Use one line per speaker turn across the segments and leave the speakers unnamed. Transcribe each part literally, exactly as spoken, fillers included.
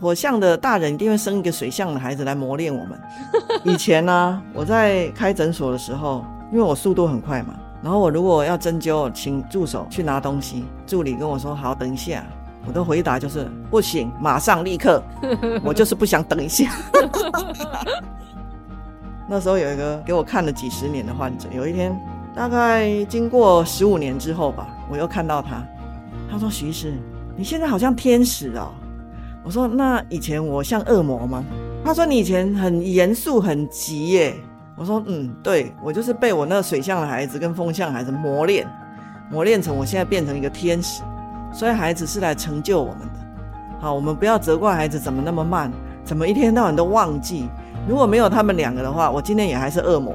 火象的大人一定会生一个水象的孩子来磨练我们。以前呢、啊，我在开诊所的时候，因为我速度很快嘛，然后我如果要针灸，请助手去拿东西，助理跟我说好等一下，我的回答就是不行，马上立刻，我就是不想等一下。那时候有一个给我看了几十年的患者，有一天大概经过十五年之后吧，我又看到他，他说许医师你现在好像天使哦。我说那以前我像恶魔吗？他说你以前很严肃很急耶。我说嗯，对，我就是被我那个水象的孩子跟风象的孩子磨练磨练成我现在变成一个天使，所以孩子是来成就我们的。好，我们不要责怪孩子怎么那么慢，怎么一天到晚都忘记，如果没有他们两个的话，我今天也还是恶魔。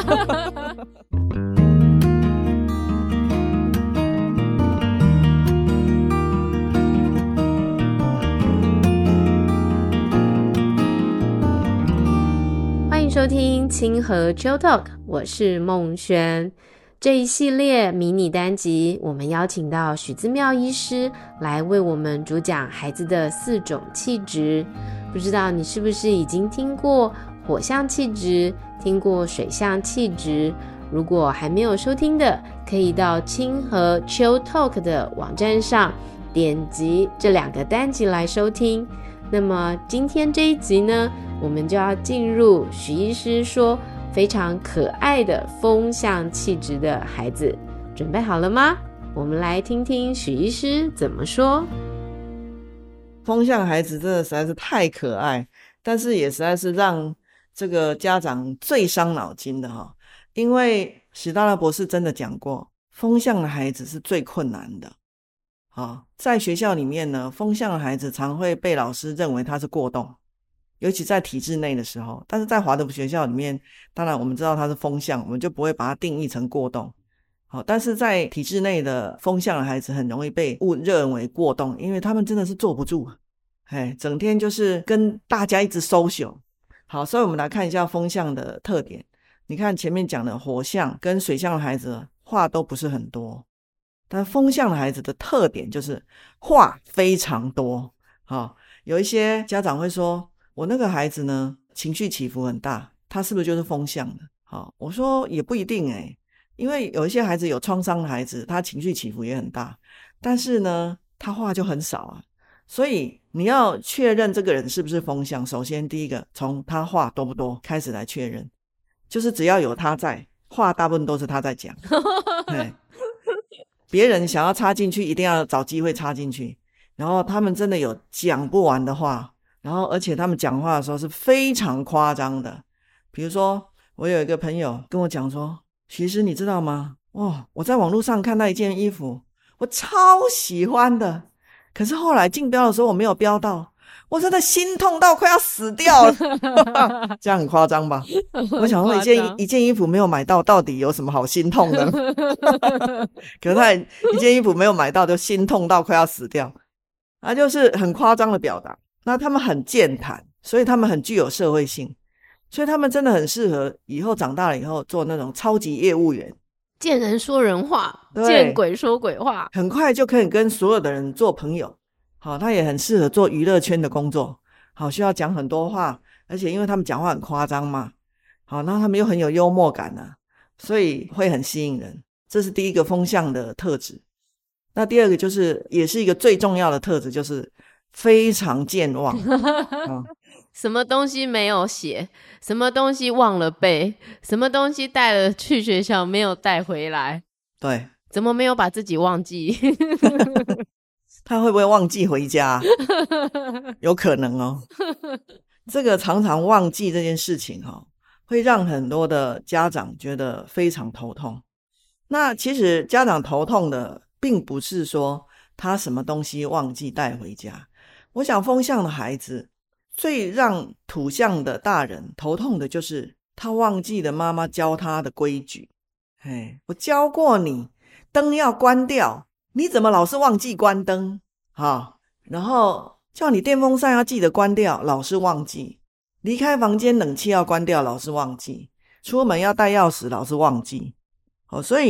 欢迎收听清河 Chill Talk， 我是孟轩。这一系列迷你单集，我们邀请到许姿妙医师来为我们主讲孩子的四种气质。不知道你是不是已经听过火象气质，听过水象气质？如果还没有收听的，可以到清河 Chill Talk 的网站上点击这两个单集来收听。那么今天这一集呢，我们就要进入许医师说非常可爱的风象气质的孩子，准备好了吗？我们来听听许医师怎么说。
风象孩子真的实在是太可爱，但是也实在是让这个家长最伤脑筋的哈。因为史达拉博士真的讲过，风象的孩子是最困难的。好，在学校里面呢，风象的孩子常会被老师认为他是过动，尤其在体制内的时候。但是在华德福学校里面，当然我们知道他是风象，我们就不会把它定义成过动。好，但是在体制内的风象的孩子很容易被误认为过动，因为他们真的是坐不住，嘿，整天就是跟大家一直 social。 好，所以我们来看一下风象的特点。你看前面讲的火象跟水象的孩子话都不是很多，但风象的孩子的特点就是话非常多。好，有一些家长会说我那个孩子呢情绪起伏很大，他是不是就是风象的？好，我说也不一定诶，因为有一些孩子有创伤的孩子，他情绪起伏也很大，但是呢他话就很少啊。所以你要确认这个人是不是风象，首先第一个从他话多不多开始来确认，就是只要有他在，话大部分都是他在讲。别人想要插进去一定要找机会插进去，然后他们真的有讲不完的话，然后而且他们讲话的时候是非常夸张的。比如说我有一个朋友跟我讲说，其实你知道吗，哇，我在网络上看到一件衣服我超喜欢的，可是后来竞标的时候我没有标到，我真的心痛到快要死掉了。这样很夸张吧？我想说一件一件衣服没有买到，到底有什么好心痛的？可是他一件衣服没有买到就心痛到快要死掉，那就是很夸张的表达。那他们很健谈，所以他们很具有社会性，所以他们真的很适合以后长大了以后做那种超级业务员，
见人说人话，见鬼说鬼话，
很快就可以跟所有的人做朋友。好，他也很适合做娱乐圈的工作，好，需要讲很多话，而且因为他们讲话很夸张嘛，好，然后他们又很有幽默感啊，所以会很吸引人。这是第一个风象的特质。那第二个就是也是一个最重要的特质，就是非常健忘。嗯，
什么东西没有写，什么东西忘了背，什么东西带了去学校没有带回来，
对，
怎么没有把自己忘记？
他会不会忘记回家？有可能哦。这个常常忘记这件事情哦，会让很多的家长觉得非常头痛。那其实家长头痛的并不是说他什么东西忘记带回家，我想风象的孩子最让土象的大人头痛的就是他忘记了妈妈教他的规矩。嘿，我教过你灯要关掉，你怎么老是忘记关灯？好，然后叫你电风扇要记得关掉，老是忘记；离开房间冷气要关掉，老是忘记；出门要带钥匙，老是忘记。哦，所以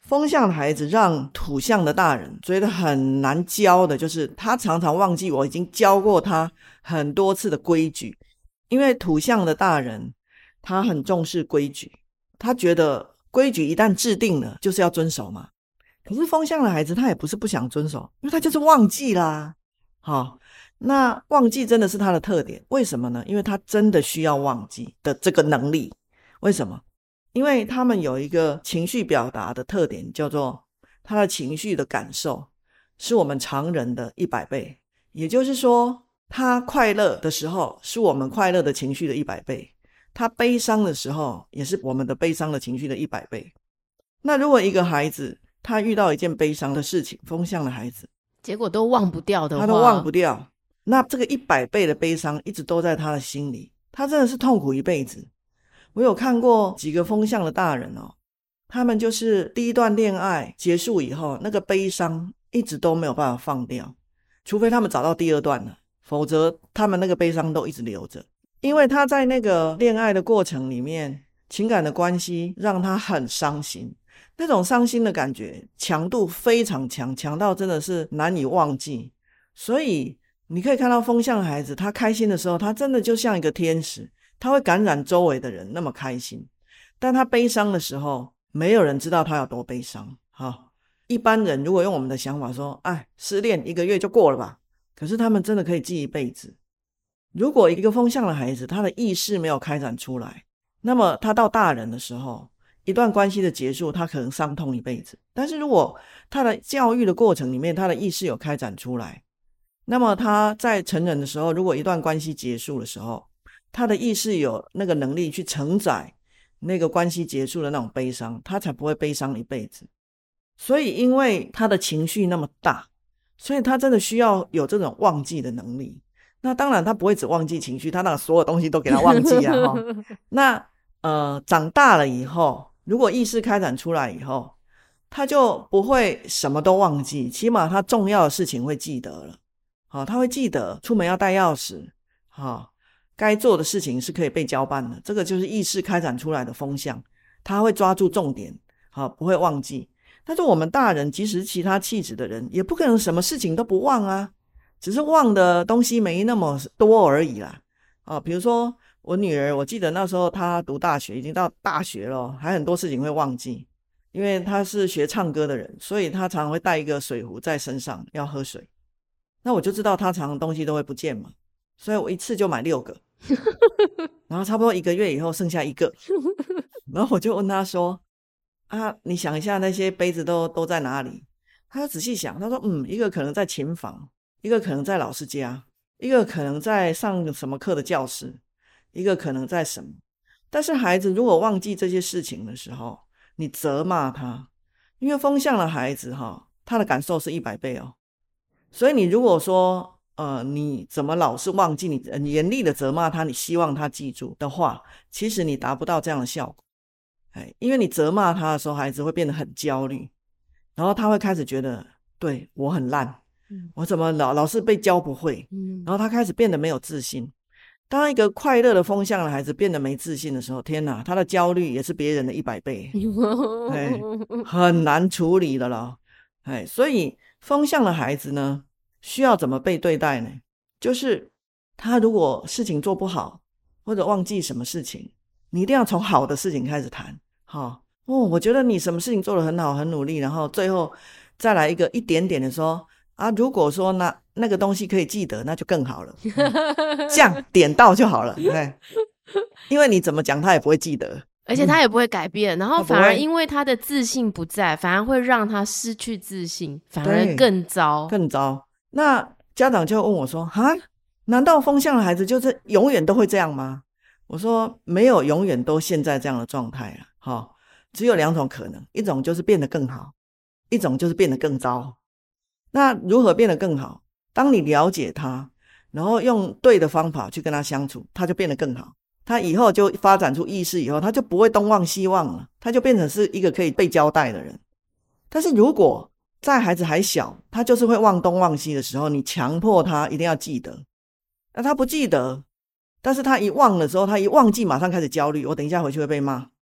风象的孩子让土象的大人觉得很难教的，就是他常常忘记我已经教过他很多次的规矩。因为土象的大人他很重视规矩，他觉得规矩一旦制定了就是要遵守嘛。可是风象的孩子他也不是不想遵守，因为他就是忘记啦。好，那忘记真的是他的特点，为什么呢？因为他真的需要忘记的这个能力。为什么？因为他们有一个情绪表达的特点，叫做他的情绪的感受是我们常人的一百倍。也就是说，他快乐的时候是我们快乐的情绪的一百倍，他悲伤的时候也是我们的悲伤的情绪的一百倍。那如果一个孩子他遇到一件悲伤的事情，风象的孩子
结果都忘不掉的话，
他都忘不掉，那这个一百倍的悲伤一直都在他的心里，他真的是痛苦一辈子。我有看过几个风象的大人哦，他们就是第一段恋爱结束以后，那个悲伤一直都没有办法放掉，除非他们找到第二段了，否则他们那个悲伤都一直留着。因为他在那个恋爱的过程里面，情感的关系让他很伤心，那种伤心的感觉强度非常强，强到真的是难以忘记。所以你可以看到风象的孩子，他开心的时候他真的就像一个天使，他会感染周围的人那么开心。但他悲伤的时候没有人知道他有多悲伤。好，一般人如果用我们的想法说，哎，失恋一个月就过了吧，可是他们真的可以记一辈子。如果一个风象的孩子他的意识没有开展出来，那么他到大人的时候，一段关系的结束他可能伤痛一辈子。但是如果他的教育的过程里面他的意识有开展出来，那么他在成人的时候，如果一段关系结束的时候，他的意识有那个能力去承载那个关系结束的那种悲伤，他才不会悲伤一辈子。所以因为他的情绪那么大，所以他真的需要有这种忘记的能力。那当然他不会只忘记情绪，他那所有东西都给他忘记啊那呃，长大了以后，如果意识开展出来以后，他就不会什么都忘记，起码他重要的事情会记得了。好，他会记得出门要带钥匙，好，该做的事情是可以被交办的，这个就是意识开展出来的风向，他会抓住重点，好，不会忘记。但是我们大人即使其他气质的人也不可能什么事情都不忘啊，只是忘的东西没那么多而已啦。啊，比如说我女儿，我记得那时候她读大学，已经到大学了，还很多事情会忘记，因为她是学唱歌的人，所以她常常会带一个水壶在身上要喝水。那我就知道她常常东西都会不见嘛，所以我一次就买六个然后差不多一个月以后剩下一个然后我就问她说啊，你想一下那些杯子都都在哪里？她就仔细想，她说嗯，一个可能在琴房，一个可能在老师家，一个可能在上什么课的教室，一个可能在什么。但是孩子如果忘记这些事情的时候，你责骂他，因为风象的孩子哈，他的感受是一百倍哦。所以你如果说呃，你怎么老是忘记，你严厉的责骂他，你希望他记住的话，其实你达不到这样的效果。哎，因为你责骂他的时候，孩子会变得很焦虑，然后他会开始觉得对我很烂，我怎么老老是被教不会，然后他开始变得没有自信。当一个快乐的风向的孩子变得没自信的时候，天哪，他的焦虑也是别人的一百倍哎，很难处理的了。哎，所以风向的孩子呢，需要怎么被对待呢？就是他如果事情做不好，或者忘记什么事情，你一定要从好的事情开始谈。好、哦，我觉得你什么事情做得很好，很努力，然后最后再来一个一点点的说啊，如果说那那个东西可以记得，那就更好了这样点到就好了因为你怎么讲他也不会记得，
而且他也不会改变、嗯、然后反而因为他的自信不在，反而会让他失去自信，反而更糟
更糟。那家长就问我说哈，难道风向的孩子就是永远都会这样吗？我说没有永远都现在这样的状态了、哦、只有两种可能，一种就是变得更好，一种就是变得更糟。那如何变得更好？当你了解他，然后用对的方法去跟他相处，他就变得更好。他以后就发展出意识以后，他就不会东忘西忘了，他就变成是一个可以被交代的人。但是如果在孩子还小，他就是会忘东忘西的时候，你强迫他一定要记得，那他不记得，但是他一忘的时候，他一忘记马上开始焦虑，我等一下回去会被骂，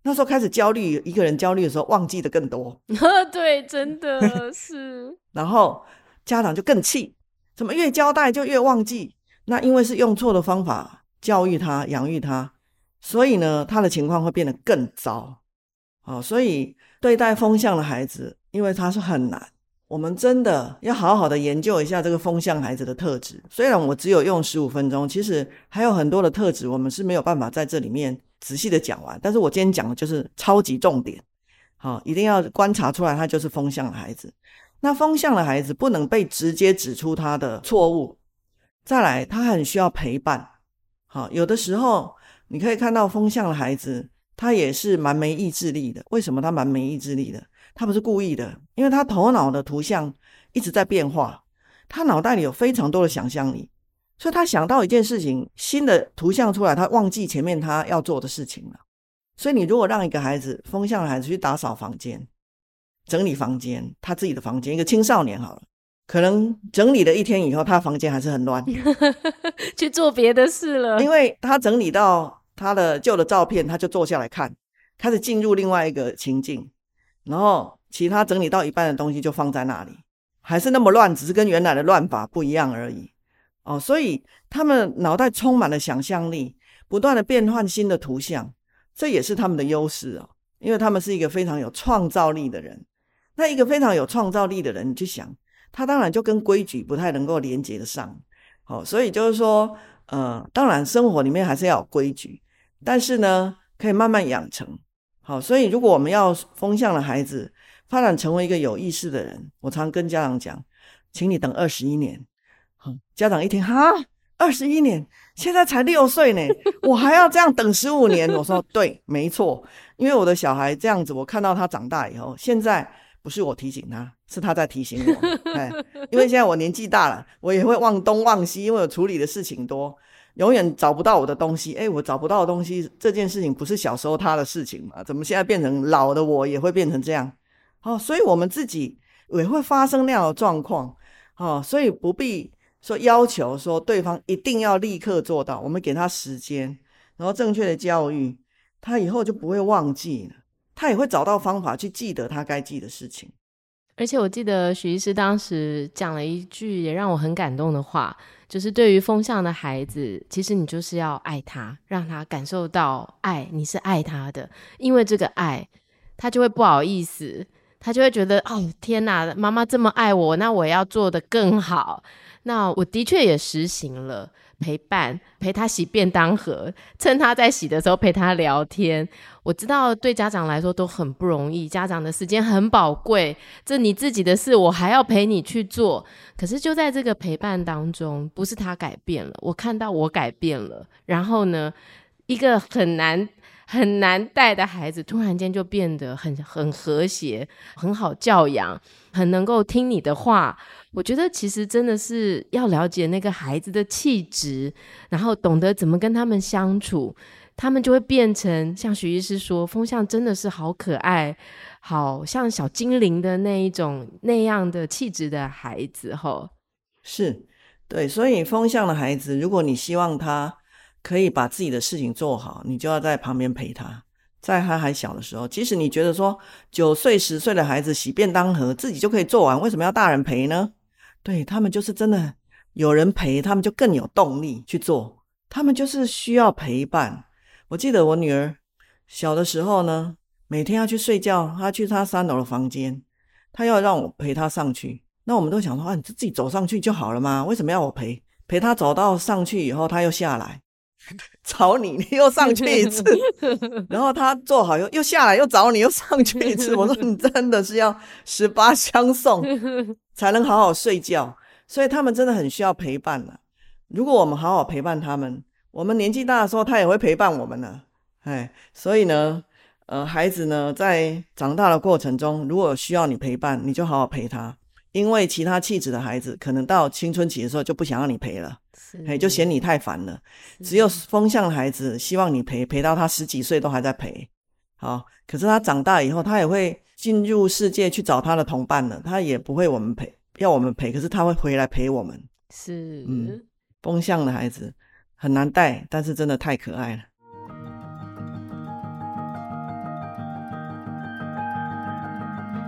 那时候开始焦虑，一个人焦虑的时候忘记的更多
对，真的是
然后家长就更气，怎么越交代就越忘记，那因为是用错的方法教育他养育他，所以呢他的情况会变得更糟、哦、所以对待风象的孩子，因为他是很难，我们真的要好好的研究一下这个风象孩子的特质。虽然我只有用十五分钟，其实还有很多的特质我们是没有办法在这里面仔细的讲完，但是我今天讲的就是超级重点、哦、一定要观察出来他就是风象的孩子。那风象的孩子不能被直接指出他的错误，再来他很需要陪伴、哦、有的时候你可以看到风象的孩子他也是蛮没意志力的。为什么他蛮没意志力的？他不是故意的，因为他头脑的图像一直在变化，他脑袋里有非常多的想象力，所以他想到一件事情，新的图像出来，他忘记前面他要做的事情了。所以你如果让一个孩子，风象的孩子去打扫房间，整理房间，他自己的房间，一个青少年好了，可能整理了一天以后，他房间还是很乱
去做别的事了，
因为他整理到他的旧的照片，他就坐下来看，开始进入另外一个情境，然后其他整理到一半的东西就放在那里，还是那么乱，只是跟原来的乱法不一样而已、哦、所以他们脑袋充满了想象力，不断的变换新的图像，这也是他们的优势哦，因为他们是一个非常有创造力的人。那一个非常有创造力的人，你去想他当然就跟规矩不太能够连接得上、哦、所以就是说呃，当然生活里面还是要有规矩，但是呢可以慢慢养成。好，所以如果我们要风象的孩子发展成为一个有意识的人，我常跟家长讲，请你等二十一年。家长一听，哈，二十一年，现在才六岁呢，我还要这样等十五年？我说对，没错，因为我的小孩这样子，我看到他长大以后，现在不是我提醒他，是他在提醒我哎，因为现在我年纪大了，我也会忘东忘西，因为我处理的事情多，永远找不到我的东西。哎，我找不到的东西这件事情不是小时候他的事情嘛？怎么现在变成老的我也会变成这样？哦，所以我们自己也会发生那样的状况。哦，所以不必说要求说对方一定要立刻做到，我们给他时间，然后正确的教育，他以后就不会忘记了，他也会找到方法去记得他该记的事情。
而且我记得许医师当时讲了一句也让我很感动的话，就是对于风象的孩子，其实你就是要爱他，让他感受到爱，你是爱他的，因为这个爱他就会不好意思，他就会觉得哦天哪，妈妈这么爱我，那我要做得更好。那我的确也实行了陪伴，陪他洗便当盒，趁他在洗的时候陪他聊天。我知道对家长来说都很不容易，家长的时间很宝贵，这你自己的事我还要陪你去做。可是就在这个陪伴当中，不是他改变了，我看到我改变了，然后呢一个很难很难带的孩子突然间就变得很很和谐，很好教养，很能够听你的话。我觉得其实真的是要了解那个孩子的气质，然后懂得怎么跟他们相处，他们就会变成像许医师说，风象真的是好可爱，好像小精灵的那一种那样的气质的孩子吼。
是，对，所以风象的孩子，如果你希望他可以把自己的事情做好，你就要在旁边陪他。在他还小的时候，即使你觉得说九岁十岁的孩子洗便当盒自己就可以做完，为什么要大人陪呢？对，他们就是真的有人陪，他们就更有动力去做，他们就是需要陪伴。我记得我女儿小的时候呢，每天要去睡觉，她去她三楼的房间，她要让我陪她上去，那我们都想说啊，你自己走上去就好了嘛，为什么要我陪？陪她走到上去以后，她又下来找你，你又上去一次然后她坐好又又下来又找你，又上去一次我说你真的是要十八相送才能好好睡觉。所以他们真的很需要陪伴了。如果我们好好陪伴他们，我们年纪大的时候他也会陪伴我们了。哎，所以呢呃，孩子呢在长大的过程中，如果需要你陪伴，你就好好陪他，因为其他气质的孩子可能到青春期的时候就不想要你陪了，哎，就嫌你太烦了。只有风象的孩子希望你陪，陪到他十几岁都还在陪。好，可是他长大以后，他也会进入世界去找他的同伴了，他也不会我们陪，要我们陪，可是他会回来陪我们。
是，
嗯，风象的孩子很难带，但是真的太可爱了。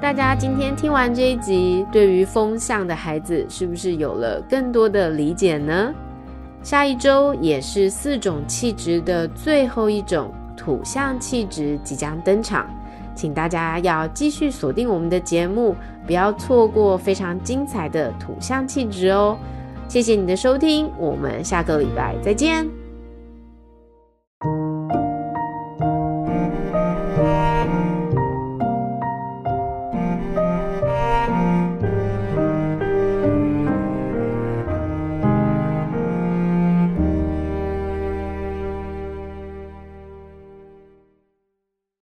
大家今天听完这一集，对于风象的孩子是不是有了更多的理解呢？下一周也是四种气质的最后一种土象气质即将登场，请大家要继续锁定我们的节目，不要错过非常精彩的土象气质哦。谢谢你的收听，我们下个礼拜再见。